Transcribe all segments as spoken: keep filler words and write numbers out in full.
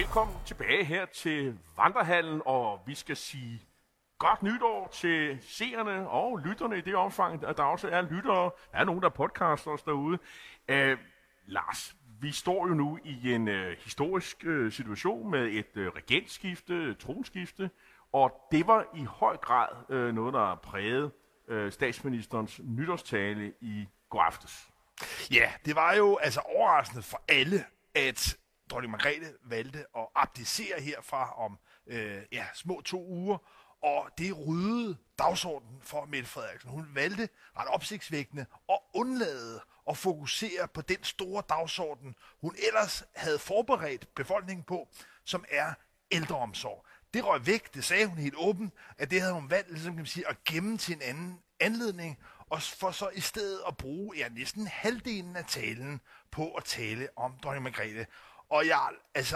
velkommen tilbage her til Vandrehallen, og vi skal sige godt nytår til seerne og lytterne i det omfang, at der også er lyttere. Der er nogen, der podcaster os derude. Uh, Lars, vi står jo nu i en uh, historisk uh, situation med et uh, regentskifte, tronskifte, og det var i høj grad uh, noget, der prægede uh, statsministerens nytårstale i går aftes. Ja, det var jo altså overraskende for alle, at dronning Margrethe valgte at abdicere herfra om øh, ja, små to uger, og det ryddede dagsordenen for Mette Frederiksen. Hun valgte ret opsigtsvækkende at undlade at fokusere på den store dagsorden, hun ellers havde forberedt befolkningen på, som er ældreomsorg. Det røg væk, det sagde hun helt åbent, at det havde hun valgt ligesom, kan man sige, at gemme til en anden anledning, og for så i stedet at bruge ja, næsten halvdelen af talen på at tale om dronning Margrethe. Og jeg, altså,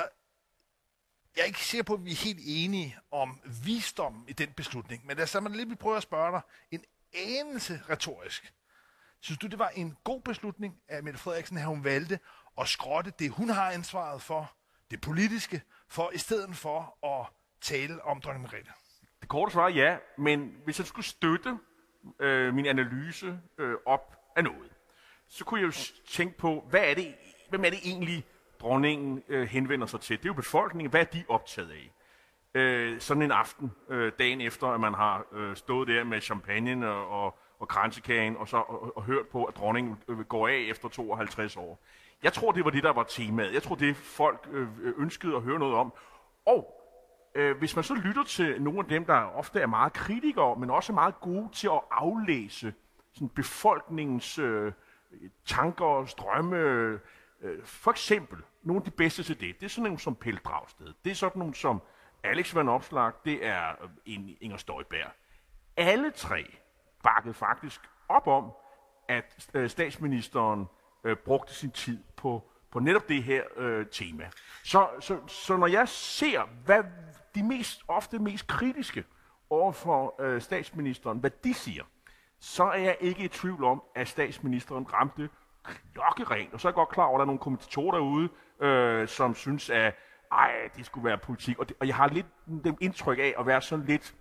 jeg er ikke sikker på, at vi er helt enige om visdommen i den beslutning, men lad os lige prøve at spørge dig en anelse retorisk. Synes du, det var en god beslutning af Mette Frederiksen, at hun valgte at skrotte det, hun har ansvaret for, det politiske, for i stedet for at tale om dronning Margrethe? Det korte svar er ja, men hvis jeg skulle støtte øh, min analyse øh, op af noget, så kunne jeg jo tænke på, hvad er det, hvem er det egentlig, dronningen øh, henvender sig til? Det er jo befolkningen. Hvad er de optaget af? Øh, sådan en aften, øh, dagen efter, at man har øh, stået der med champagne og, og, og kransekagen, og så og, og hørt på, at dronningen øh, går af efter tooghalvtreds år. Jeg tror, det var det, der var temaet. Jeg tror, det folk øh, ønskede at høre noget om. Og øh, hvis man så lytter til nogle af dem, der ofte er meget kritikere, men også er meget gode til at aflæse sådan befolkningens øh, tanker og strømme, øh, for eksempel, nogle af de bedste til det, det er sådan nogle som Pelle Dragsted, det er sådan nogle som Alex Vanopslagh, det er en Inger Støjberg. Alle tre bakkede faktisk op om, at øh, statsministeren øh, brugte sin tid på, på netop det her øh, tema. Så, så, så når jeg ser, hvad de mest, ofte mest kritiske overfor øh, statsministeren, hvad de siger, så er jeg ikke i tvivl om, at statsministeren ramte klokkerent. Og så er jeg godt klar over, at der er nogle kommentatorer derude, øh, som synes, at ej, det skulle være politik. Og, det, og jeg har lidt det indtryk af at være sådan lidt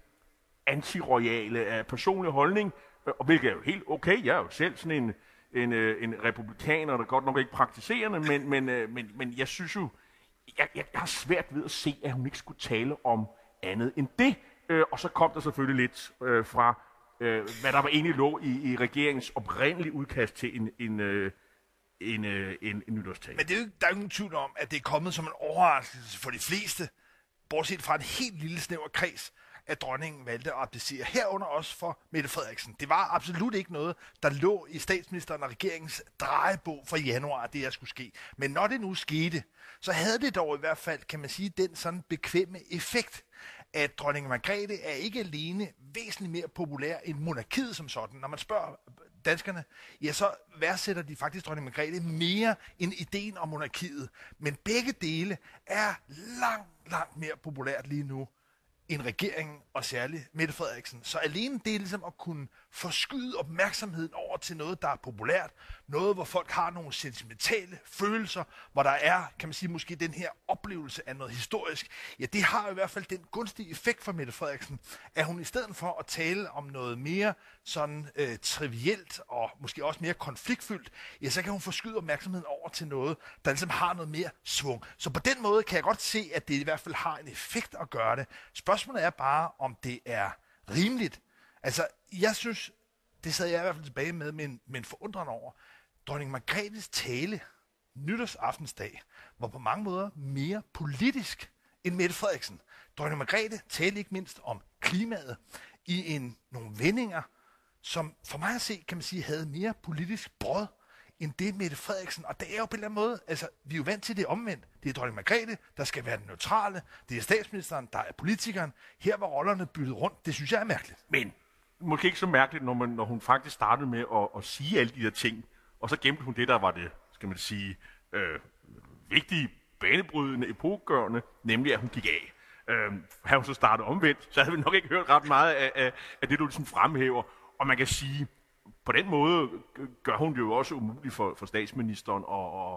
anti-royale af personlig holdning, øh, og hvilket er jo helt okay. Jeg er jo selv sådan en, en, øh, en republikaner, der godt nok ikke praktiserende, men, men, øh, men, men jeg synes jo, jeg, jeg har svært ved at se, at hun ikke skulle tale om andet end det. Øh, og så kom der selvfølgelig lidt øh, fra Øh, hvad der var egentlig lå i, i regeringens oprindelige udkast til en, en, øh, en, øh, en, en nytårstale. Men det er jo, der er jo ingen tvivl om, at det er kommet som en overraskelse for de fleste, bortset fra en helt lille snæver kreds, at dronningen valgte at abdicere. Herunder også for Mette Frederiksen. Det var absolut ikke noget, der lå i statsministeren og regeringens drejebog for januar, det her skulle ske. Men når det nu skete, så havde det dog i hvert fald, kan man sige, den sådan bekvemme effekt, at dronning Margrethe er ikke alene væsentligt mere populær end monarkiet som sådan. Når man spørger danskerne, ja, så værdsætter de faktisk dronning Margrethe mere end ideen om monarkiet. Men begge dele er langt, langt mere populært lige nu end regeringen og særligt Mette Frederiksen. Så alene det er ligesom at kunne forskyde opmærksomheden over til noget, der er populært, noget, hvor folk har nogle sentimentale følelser, hvor der er, kan man sige, måske den her oplevelse af noget historisk. Ja, det har i hvert fald den gunstige effekt for Mette Frederiksen, at hun i stedet for at tale om noget mere sådan øh, trivielt og måske også mere konfliktfyldt, ja, så kan hun forskyde opmærksomheden over til noget, der ligesom har noget mere svung. Så på den måde kan jeg godt se, at det i hvert fald har en effekt at gøre det. Spørgsmålet er bare, om det er rimeligt. Altså, jeg synes, det sad jeg i hvert fald tilbage med, men, men forundrende over, dronning Margrethes tale, nytårsaftensdag, var på mange måder mere politisk end Mette Frederiksen. Dronning Margrethe talte ikke mindst om klimaet i en, nogle vendinger, som for mig at se, kan man sige, havde mere politisk brød end det Mette Frederiksen. Og det er jo på en eller anden måde, altså, vi er jo vant til det omvendt. Det er dronning Margrethe, der skal være den neutrale. Det er statsministeren, der er politikeren. Her var rollerne byttet rundt. Det synes jeg er mærkeligt. Men måske ikke så mærkeligt, når, man, når hun faktisk startede med at, at sige alle de her ting, og så gemte hun det, der var det, skal man sige, øh, vigtige, banebrydende, epokegørende, nemlig at hun gik af. Øh, havde hun så startet omvendt, så havde vi nok ikke hørt ret meget af, af, af det, du ligesom fremhæver. Og man kan sige, på den måde gør hun det jo også umuligt for, for statsministeren at,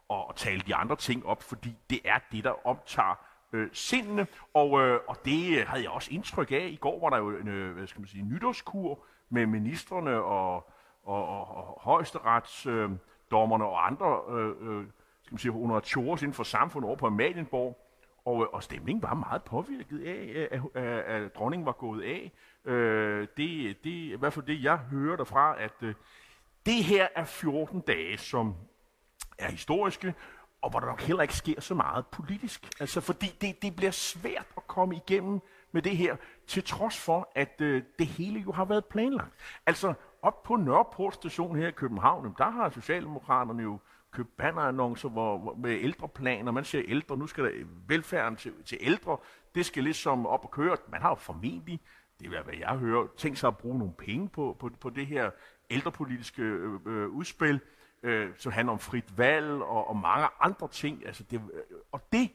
og, og tale de andre ting op, fordi det er det, der optager øh, sindene. Og, øh, og det havde jeg også indtryk af. I går var der jo en øh, hvad skal man sige, nytårskur med ministrene og, og, og, og højesteretsdommerne øh, og andre øh, øh, skal man sige, honoratores inden for samfundet over på Amalienborg. Og, og stemningen var meget påvirket af, at, at, at, at dronningen var gået af. Øh, det, det er i hvert fald det, jeg hører derfra, at øh, det her er fjorten dage, som er historiske, og hvor der nok heller ikke sker så meget politisk. Altså, fordi det, det bliver svært at komme igennem med det her, til trods for, at øh, det hele jo har været planlagt. Altså, op på Nørreport station her i København, der har Socialdemokraterne jo købt bannerannoncer hvor, hvor, med ældreplaner. Man siger ældre, nu skal der velfærden til, til ældre. Det skal ligesom op og køre. Man har jo formentlig, det er hvad jeg hører, tænkt sig at bruge nogle penge på, på, på det her ældrepolitiske øh, øh, udspil, øh, som handler om frit valg og, og mange andre ting. Altså det, øh, og det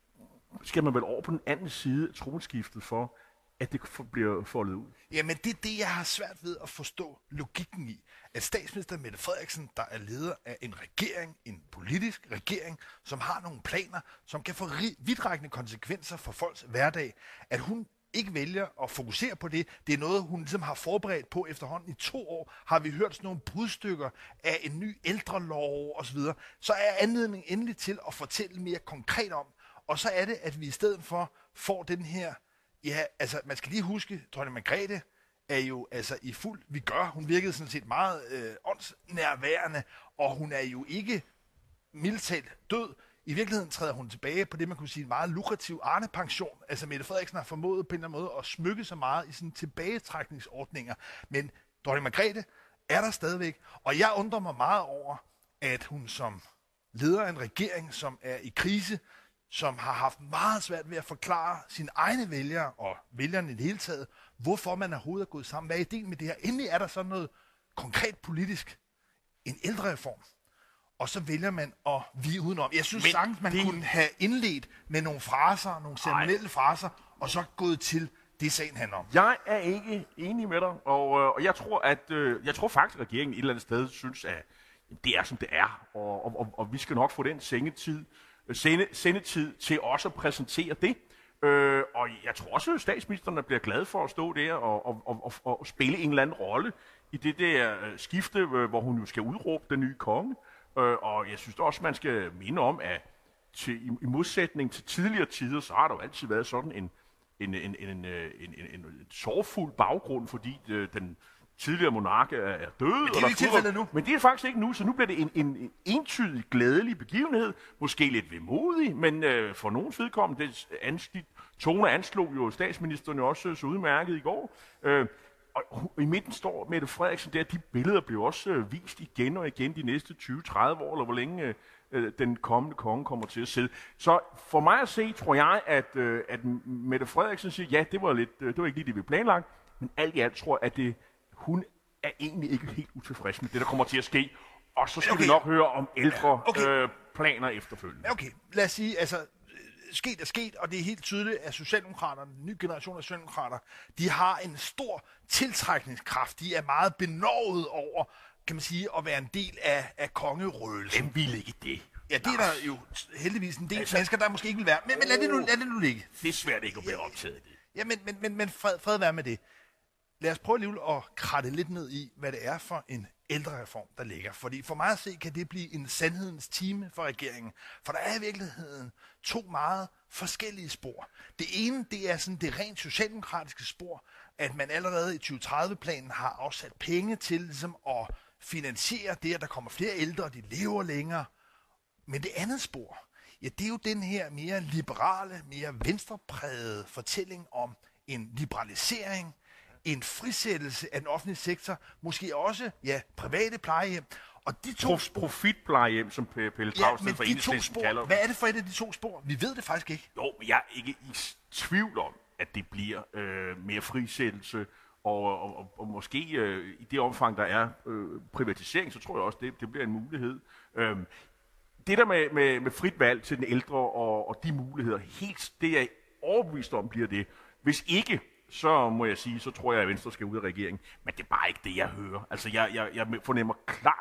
skal man vel over på den anden side af tronskiftet for, at det bliver foldet ud. Jamen, det er det, jeg har svært ved at forstå logikken i. At statsminister Mette Frederiksen, der er leder af en regering, en politisk regering, som har nogle planer, som kan få vidtrækkende konsekvenser for folks hverdag, at hun ikke vælger at fokusere på det. Det er noget, hun ligesom har forberedt på efterhånden i to år. Har vi hørt sådan nogle brudstykker af en ny ældrelov osv. Så er anledningen endelig til at fortælle mere konkret om. Og så er det, at vi i stedet for får den her. Ja, altså, man skal lige huske, dronning Margrethe er jo altså i fuld vi gør. Hun virkede sådan set meget øh, åndsnærværende, og hun er jo ikke mildt talt død. I virkeligheden træder hun tilbage på det, man kunne sige en meget lukrativ Arne-pension. Altså, Mette Frederiksen har formået på en eller anden måde at smykke sig meget i sådan tilbagetrækningsordninger. Men dronning Margrethe er der stadigvæk, og jeg undrer mig meget over, at hun som leder af en regering, som er i krise, som har haft meget svært ved at forklare sine egne vælgere og vælgerne i det hele taget, hvorfor man overhovedet er gået sammen. Hvad er ideen med det her? Endelig er der sådan noget konkret politisk, en ældrereform, og så vælger man at vige udenom. Jeg synes sagtens, man det... kunne have indledt med nogle fraser, nogle ceremonielle fraser, og så gået til det, sagen handler om. Jeg er ikke enig med dig, og, øh, og jeg tror, at øh, jeg tror faktisk, at regeringen et eller andet sted synes, at det er, som det er, og, og, og, og vi skal nok få den sengetid, Sende, sendetid til også at præsentere det. Øh, og jeg tror også, at statsministeren bliver glad for at stå der og, og, og, og, og spille en eller anden rolle i det der øh, skifte, øh, hvor hun jo skal udråbe den nye konge. Øh, og jeg synes også, man skal minde om, at til, i, i modsætning til tidligere tider, så har der jo altid været sådan en, en, en, en, en, en, en, en sorgfuld baggrund, fordi øh, den tidligere monark er, er død. Men det er ikke tilfældet nu. Men det er faktisk ikke nu, så nu bliver det en, en, en entydig, glædelig begivenhed. Måske lidt vemodig, men øh, for nogens vedkommende, det anstigt, tone anslog jo statsministeren jo også så udmærket i går. Øh, og i midten står Mette Frederiksen der, de billeder bliver også øh, vist igen og igen de næste tyve til tredive år, eller hvor længe øh, den kommende konge kommer til at sidde. Så for mig at se, tror jeg, at, øh, at Mette Frederiksen siger, ja, det var, lidt, øh, det var ikke lige det, vi planlagt, men alt i alt tror jeg, at det hun er egentlig ikke helt utilfreds med det, der kommer til at ske. Og så skal okay. vi nok høre om ældre okay. øh, planer efterfølgende. Okay, lad os sige, altså, sket er sket, og det er helt tydeligt, at Socialdemokraterne, den nye generation af Socialdemokrater, de har en stor tiltrækningskraft. De er meget benovet over, kan man sige, at være en del af, af kongerøgelsen. Hvem vil ikke det? Ja, det er der jo heldigvis en del altså, mennesker, der måske ikke vil være. Men, men lad, det nu, lad det nu ligge. Det er svært ikke at være optaget af det. Ja, men, men, men, men fred, fred være med det. Lad os prøve alligevel at kratte lidt ned i, hvad det er for en ældrereform, der ligger. Fordi for mig at se, kan det blive en sandhedens time for regeringen. For der er i virkeligheden to meget forskellige spor. Det ene, det er sådan det rent socialdemokratiske spor, at man allerede i tyve tredive-planen har afsat penge til ligesom at finansiere det, at der kommer flere ældre, og de lever længere. Men det andet spor, ja, det er jo den her mere liberale, mere venstreprægede fortælling om en liberalisering, en frisættelse af den offentlige sektor, måske også, ja, private plejehjem. Og de to spor... Profitplejehjem, som Pelle Dragsted ja, fra Enhedslisten kalder. Hvad er det for et af de to spor? Vi ved det faktisk ikke. Jo, men jeg er ikke i tvivl om, at det bliver øh, mere frisættelse, og, og, og, og måske øh, i det omfang, der er øh, privatisering, så tror jeg også, det, det bliver en mulighed. Øh, det der med, med, med frit valg til den ældre og, og de muligheder, helt det er jeg overbevist om, bliver det. Hvis ikke, så må jeg sige, så tror jeg, at Venstre skal ud af regeringen. Men det er bare ikke det, jeg hører. Altså, jeg, jeg, jeg fornemmer klart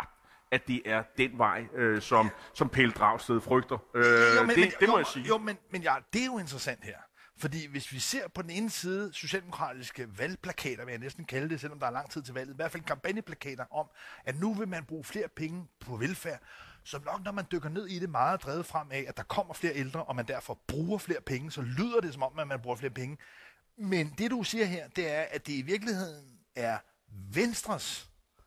at det er den vej, øh, som, som Pelle Dragsted frygter. Øh, jo, men, det, men, det må jo, jeg sige. Jo, men, men ja, det er jo interessant her. Fordi hvis vi ser på den ene side socialdemokratiske valgplakater, vil jeg næsten kalde det, selvom der er lang tid til valget, i hvert fald kampagneplakater om, at nu vil man bruge flere penge på velfærd, så nok når man dykker ned i det meget drevet frem af, at der kommer flere ældre, og man derfor bruger flere penge, så lyder det som om, at man bruger flere penge. Men det du siger her, det er, at det i virkeligheden er Venstres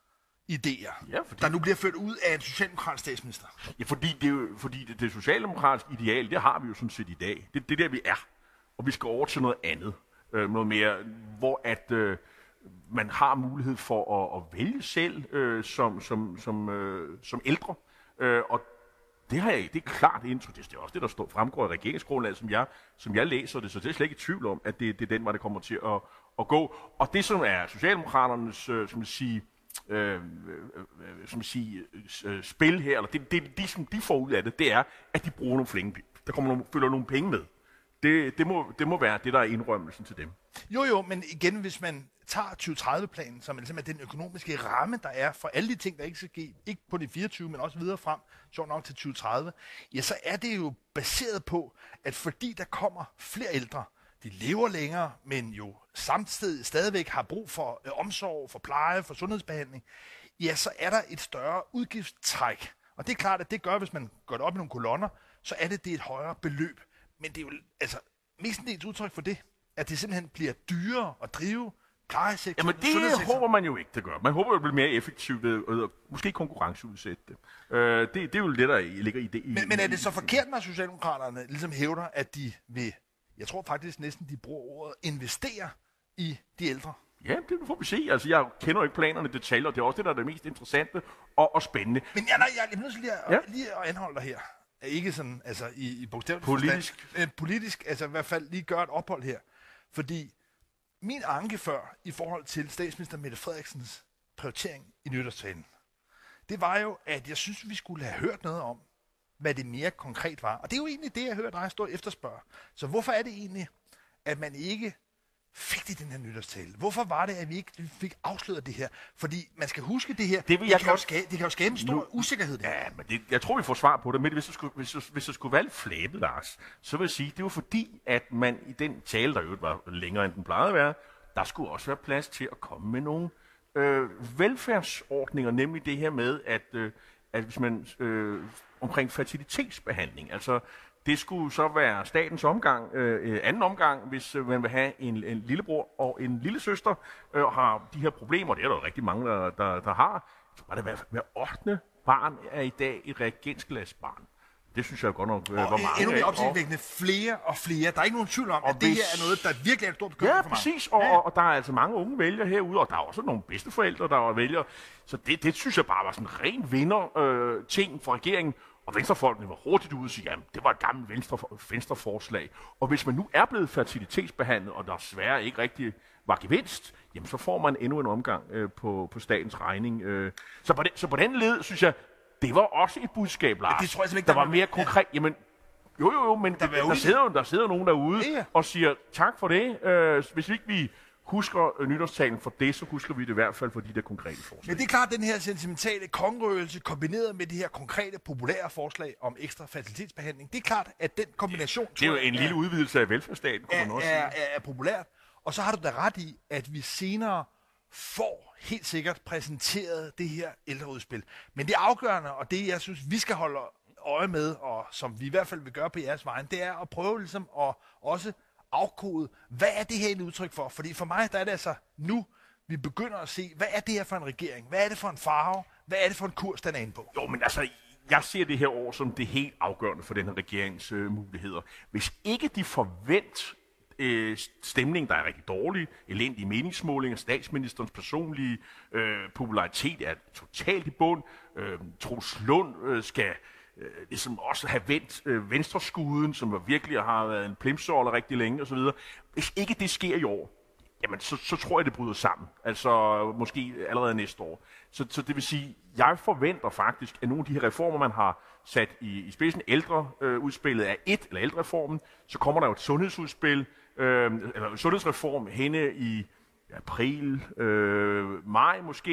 idéer, ja, fordi... der nu bliver ført ud af en socialdemokratisk statsminister. Ja, fordi det, er jo, fordi det, det socialdemokratiske ideal, det har vi jo sådan set i dag. Det er der, vi er. Og vi skal over til noget andet. Øh, noget mere, hvor at øh, man har mulighed for at, at vælge selv øh, som, som, som, øh, som ældre. Øh, og det har jeg, det er klart indtryk. Det er også det, der står, fremgår i regeringsgrundlaget, som jeg, som jeg læser det. Så det er slet ikke i tvivl om, at det, det er den vej, det kommer til at, at gå. Og det, som er Socialdemokraternes, øh, som man siger, Øh, øh, øh, som sige, øh, spil her, eller det, det, de, som de får ud af det, det er, at de bruger nogle flænge. Der kommer nogle, følger nogle penge med. Det, det, må, det må være det, der er indrømmelsen til dem. Jo, jo, men igen, hvis man tager tyve tredive-planen, som er den økonomiske ramme, der er for alle de ting, der ikke skal ske, ikke på de fireogtyve, men også videre frem, sjovt nok til tyve tredive, ja, så er det jo baseret på, at fordi der kommer flere ældre, de lever længere, men jo samtidig stadigvæk har brug for øh, omsorg, for pleje, for sundhedsbehandling, ja, så er der et større udgiftstræk. Og det er klart, at det gør, hvis man går det op i nogle kolonner, så er det, det er et højere beløb. Men det er jo altså mestendels udtryk for det, at det simpelthen bliver dyrere at drive plejesektoren. Jamen det håber man jo ikke, det gør. Man håber, det bliver mere effektivt ved at måske konkurrenceudsætte det. Øh, det. Det er jo det, der ligger i det. I, men, men er det så forkert, når Socialdemokraterne ligesom hævder, at de vil, jeg tror faktisk næsten, de bruger ordet, investere i de ældre? Ja, det får vi se. Altså, jeg kender jo ikke planerne i detaljer, og det er også det, der er det mest interessante og, og spændende. Men ja, nej, jeg er nødt til lige at, ja. lige at anholde dig her. Ikke sådan, altså i, i bogstaveligt politisk. Forstand, øh, politisk, altså i hvert fald lige gøre et ophold her. Fordi min anke før i forhold til statsminister Mette Frederiksens prioritering i nytårstalen, det var jo, at jeg synes, vi skulle have hørt noget om, hvad det mere konkret var. Og det er jo egentlig det, jeg hørte dig stå og efterspørge. Så hvorfor er det egentlig, at man ikke fik det i den her nytårstale? Hvorfor var det, at vi ikke fik afsløret det her? Fordi man skal huske det her, det, det, kan, jo skabe, det kan jo skabe en stor nu, usikkerhed. Der. Ja, men det, jeg tror, vi får svar på det. Men hvis det skulle, hvis, hvis det skulle være lidt flabet, Lars, så vil jeg sige, det var fordi, at man i den tale, der jo var længere, end den plejede at være, der skulle også være plads til at komme med nogle øh, velfærdsordninger, nemlig det her med, at, øh, at hvis man øh, omkring fertilitetsbehandling, altså det skulle så være statens omgang, øh, anden omgang, hvis øh, man vil have en, en lillebror og en lillesøster, øh, og har de her problemer, det er der jo rigtig mange, der, der, der har, så var det hver, hver ottende barn er i dag et reagensglasbarn. Det synes jeg godt nok, øh, hvor mange er. Endnu mere opsigtsvækkende, flere og flere. Der er ikke nogen tvivl om, at hvis, det her er noget, der virkelig er et stort bekymring ja, for mig. Præcis, og, ja, og, og der er altså mange unge vælgere herude, og der er også nogle bedsteforældre, der vælger. Så det, det synes jeg bare var sådan en ren vinder øh, ting for regeringen. Og venstrefolkene var hurtigt ude og sige, at det var et gammelt venstre, venstreforslag. Og hvis man nu er blevet fertilitetsbehandlet, og der desværre ikke rigtig var gevinst, jamen så får man endnu en omgang øh, på, på statens regning. Øh. Så, på den, så på den led, synes jeg, det var også et budskab, Lars. Det tror jeg ikke, der, der var mere konkret. Ja. Jamen, jo, jo, jo, men der, det, der, sidder, der sidder nogen derude ja, ja. og siger, tak for det. Øh, hvis ikke vi husker øh, nytårstalen for det, så husker vi det i hvert fald for de der konkrete forslag. Men det er klart, at den her sentimentale kongerøgelse kombineret med de her konkrete, populære forslag om ekstra fertilitetsbehandling, det er klart, at den kombination... Det er jo en er, lille udvidelse af velfærdsstaten, kunne er, man også er, er, er populært. Og så har du da ret i, at vi senere får helt sikkert præsenteret det her ældreudspil. Men det afgørende, og det jeg synes, vi skal holde øje med, og som vi i hvert fald vil gøre på jeres vejen, det er at prøve ligesom at også afkode, hvad er det her et udtryk for? Fordi for mig, der er det altså nu, vi begynder at se, hvad er det her for en regering? Hvad er det for en farve? Hvad er det for en kurs, den er inde på? Jo, men altså, jeg ser det her år som det helt afgørende for den her regerings øh, muligheder. Hvis ikke de forventer øh, stemning, der er rigtig dårlig, elendige meningsmålinger, statsministerens personlige øh, popularitet er totalt i bund, øh, Troels Lund øh, skal øh, ligesom også have vendt øh, venstreskuden, som virkelig har været en plimsoller rigtig længe osv. Hvis ikke det sker i år, jamen så, så tror jeg, det bryder sammen. Altså måske allerede næste år. Så, så det vil sige, jeg forventer faktisk, at nogle af de her reformer, man har sat i, i spidsen, ældreudspillet øh, er et, eller ældrereformen, så kommer der jo et sundhedsudspil, øh, eller en sundhedsreform henne i april, øh, maj måske,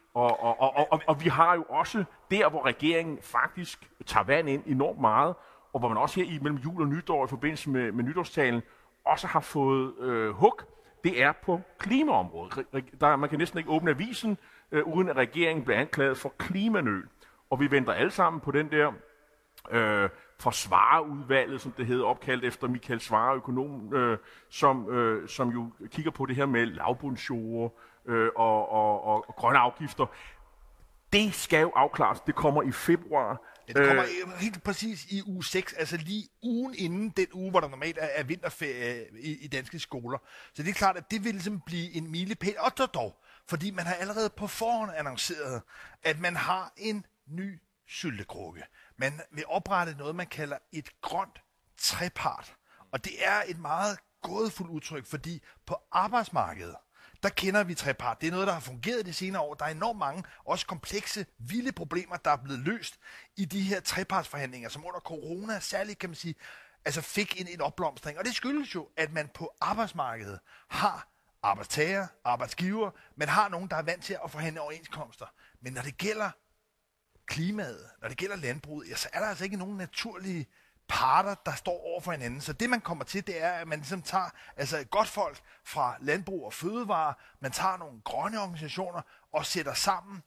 Og, og, og, og, og vi har jo også der, hvor regeringen faktisk tager vand ind enormt meget, og hvor man også her i mellem jul og nytår i forbindelse med, med nytårstalen også har fået øh, hug, det er på klimaområdet. Der, man kan næsten ikke åbne avisen, øh, uden at regeringen bliver anklaget for klimanøl. Og vi venter alle sammen på den der øh, forsvareudvalget, som det hedder, opkaldt efter Michael Svarer, økonom, øh, som, øh, som jo kigger på det her med lavbundsjord øh, og, og, og, og grønne afgifter. Det skal jo afklares. Det kommer i februar. Ja, det kommer øh, helt præcis i uge seks, altså lige ugen inden den uge, hvor der normalt er, er vinterferie i, i danske skoler. Så det er klart, at det vil ligesom blive en milepæl, og dog, dog, fordi man har allerede på forhånd annonceret, at man har en ny syltekrukke. Man vil oprette noget, man kalder et grønt trepart. Og det er et meget gådefuldt udtryk, fordi på arbejdsmarkedet, der kender vi trepart. Det er noget, der har fungeret de senere år. Der er enormt mange, også komplekse, vilde problemer, der er blevet løst i de her trepartsforhandlinger, som under corona særligt, kan man sige, altså fik en, en opblomstring. Og det skyldes jo, at man på arbejdsmarkedet har arbejdstager, arbejdsgiver, man har nogen, der er vant til at forhandle overenskomster. Men når det gælder klimaet, når det gælder landbruget, ja, så er der altså ikke nogen naturlige parter, der står over for hinanden. Så det, man kommer til, det er, at man ligesom tager altså et godt folk fra landbrug og fødevare, man tager nogle grønne organisationer og sætter sammen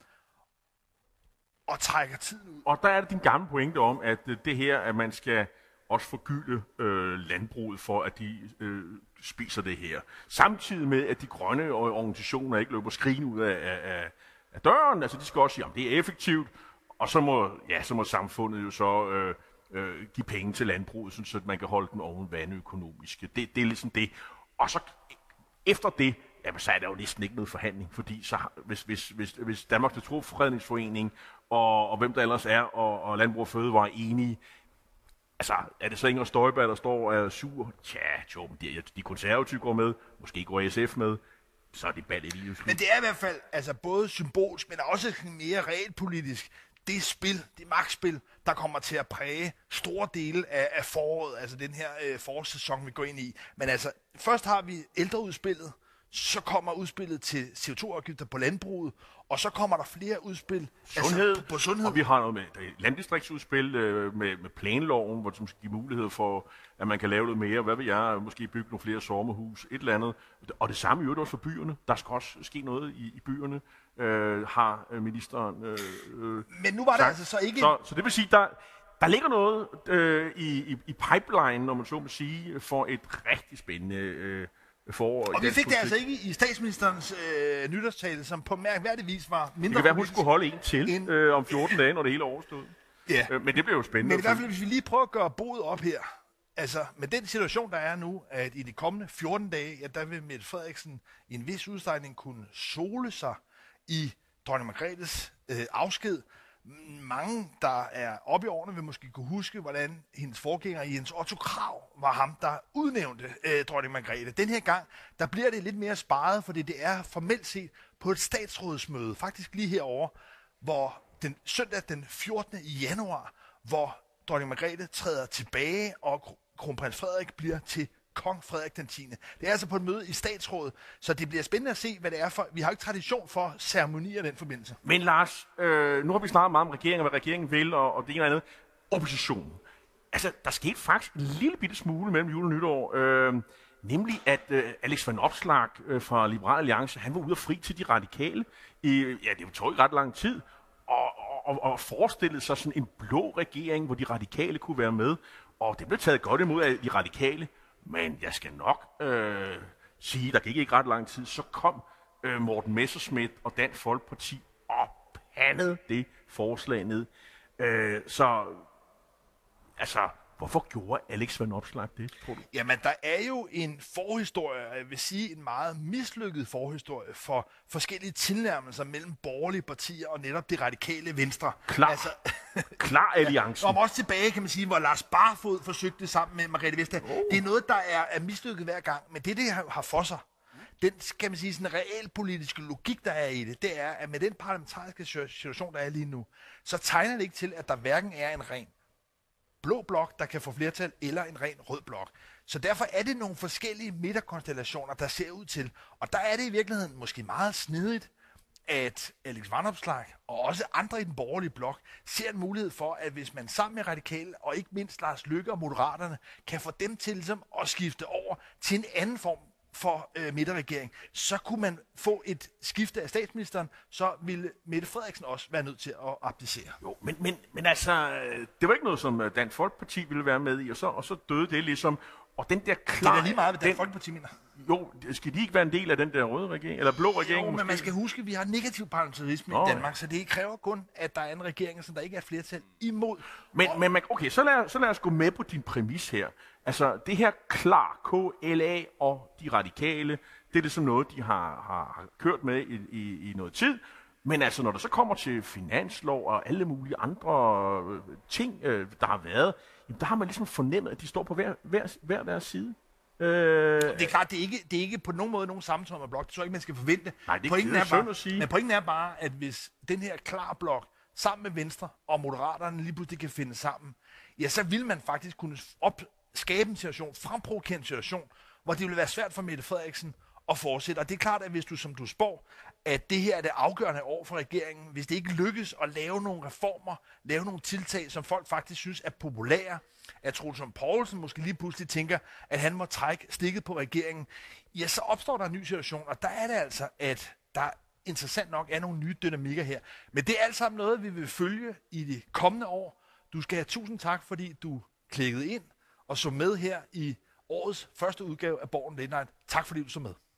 og trækker tiden ud. Og der er det din gamle pointe om, at det her, at man skal også forgylde øh, landbruget for, at de øh, spiser det her. Samtidig med, at de grønne organisationer ikke løber skrigende ud af, af, af døren. Altså, de skal også sige, at det er effektivt, og så må, ja, så må samfundet jo så øh, øh, give penge til landbruget, så man kan holde den oven vande økonomisk. Det, det er ligesom det. Og så efter det, jamen, så er der jo næsten ikke noget forhandling, fordi så, hvis, hvis, hvis, hvis Danmarks Naturfredningsforening og, og hvem der ellers er, og, og Landbrug og Fødevare er enige, altså, er det så Inger Støjberg, der står og er sur? Tja, jo, de, de konservative går med, måske går S F med, så er det ballet lige slut. Men det er i hvert fald altså, både symbolsk, men også mere realpolitisk. Det spil, det magtspil, der kommer til at præge store dele af, af foråret, altså den her øh, forårssæson, vi går ind i. Men altså, først har vi ældreudspillet, så kommer udspillet til C O to afgifter på landbruget, og så kommer der flere udspil sundhed, altså, på, på sundhed. Og vi har noget med landdistriktsudspil øh, med, med planloven, hvor som skal give mulighed for, at man kan lave noget mere. Hvad vil jeg? Måske bygge nogle flere sommerhus, et eller andet. Og det samme i øvrigt også for byerne. Der skal også ske noget i, i byerne, øh, har ministeren øh, øh, Men nu var det sagt. altså så ikke... Så, så det vil sige, der, der ligger noget øh, i, i, i pipeline, når man så må sige, for et rigtig spændende øh, forår. Og vi fik det altså ikke i statsministerens øh, nytårstale, som på mærkværdig vis var mindre... Det kan være, hun skulle holde en til en, øh, om fjorten dage, når det hele er overstået. Ja. Øh, men det bliver jo spændende. Men i hvert fald, hvis vi lige prøver at gøre boet op her, altså med den situation, der er nu, at i de kommende fjorten dage, ja, der vil Mette Frederiksen i en vis udstrækning kunne sole sig i dronning Margrethes øh, afsked. Mange, der er oppe i årene, vil måske kunne huske, hvordan hendes forgænger Jens Otto Krag var ham, der udnævnte øh, dronning Margrethe. Den her gang, der bliver det lidt mere sparet, fordi det er formelt set på et statsrådsmøde, faktisk lige herovre, hvor den søndag den fjortende januar, hvor dronning Margrethe træder tilbage, og kronprins Frederik bliver til kong Frederik den tiende. Det er altså på et møde i statsrådet, så det bliver spændende at se, hvad det er for... Vi har ikke tradition for ceremonier i den forbindelse. Men Lars, øh, nu har vi snakket meget om regeringen, og hvad regeringen vil, og, og det ene eller andet. Oppositionen. Altså, der skete faktisk en lille bitte smule mellem jul og nytår, øh, nemlig at øh, Alex Van Opslark øh, fra Liberal Alliance, han var ude og fri til de radikale i, ja, det tog ikke ret lang tid, og, og, og forestillede sig sådan en blå regering, hvor de radikale kunne være med, og det blev taget godt imod af de radikale. Men jeg skal nok øh, sige, der gik ikke ret lang tid, så kom øh, Morten Messerschmidt og Dansk Folkeparti og pandede det forslag ned. Øh, så, altså, hvorfor gjorde Alex Van Opslark det, tror du? Jamen, der er jo en forhistorie, jeg vil sige en meget mislykket forhistorie for forskellige tilnærmelser mellem borgerlige partier og netop det radikale venstre. Klar, altså, klar alliance. Og også tilbage, kan man sige, hvor Lars Barfod forsøgte det sammen med Margrethe Vestager. Oh. Det er noget, der er, er mislykket hver gang, men det, det har for sig, den, kan man sige, sådan realpolitiske logik, der er i det, det er, at med den parlamentariske situation, der er lige nu, så tegner det ikke til, at der hverken er en ren blå blok, der kan få flertal, eller en ren rød blok. Så derfor er det nogle forskellige midterkonstellationer, der ser ud til. Og der er det i virkeligheden måske meget snedigt, at Alex Vanopslagh og også andre i den borgerlige blok ser en mulighed for, at hvis man sammen med Radikale og ikke mindst Lars Løkke og Moderaterne kan få dem til ligesom at skifte over til en anden form for øh, midterregering, så kunne man få et skifte af statsministeren, så ville Mette Frederiksen også være nødt til at abdicere. Jo, men, men, men altså, det var ikke noget, som Dansk Folkeparti ville være med i, og så, og så døde det ligesom. Og den der klar... Det er da lige meget, hvad Dansk den, Folkeparti mener. Jo, skal de ikke være en del af den der røde regering, eller blå regering? Jo, måske? men man skal huske, at vi har negativ parlamentarisme Nå, i Danmark, så det kræver kun, at der er en regering, som der ikke er flertal imod. Men, og... men okay, så lad, så lad os gå med på din præmis her. Altså, det her klar, K L A og de radikale, det er det som noget, de har, har, har kørt med i, i, i noget tid. Men altså, når der så kommer til finanslov og alle mulige andre ting, øh, der har været, jamen, der har man ligesom fornemmet, at de står på hver, hver, hver deres side. Øh, det er klart, det er, ikke, det er ikke på nogen måde nogen sammentommer blok. Det tror jeg ikke, man skal forvente. Nej, det pointen er, er bare, at sige. Men pointen er bare, at hvis den her klar blok sammen med Venstre og Moderaterne lige pludselig kan finde sammen, ja, så vil man faktisk kunne op, skabe en situation, fremprovokere en situation, hvor det vil være svært for Mette Frederiksen at fortsætte. Og det er klart, at hvis du, som du spår, at det her er det afgørende år for regeringen, hvis det ikke lykkes at lave nogle reformer, lave nogle tiltag, som folk faktisk synes er populære, at Troels Lund Poulsen måske lige pludselig tænker, at han må trække stikket på regeringen, ja, så opstår der en ny situation, og der er det altså, at der interessant nok er nogle nye dynamikker her. Men det er alt sammen noget, vi vil følge i de kommende år. Du skal have tusind tak, fordi du klikkede ind og så med her i årets første udgave af Borgen Late Night. Tak fordi du så med.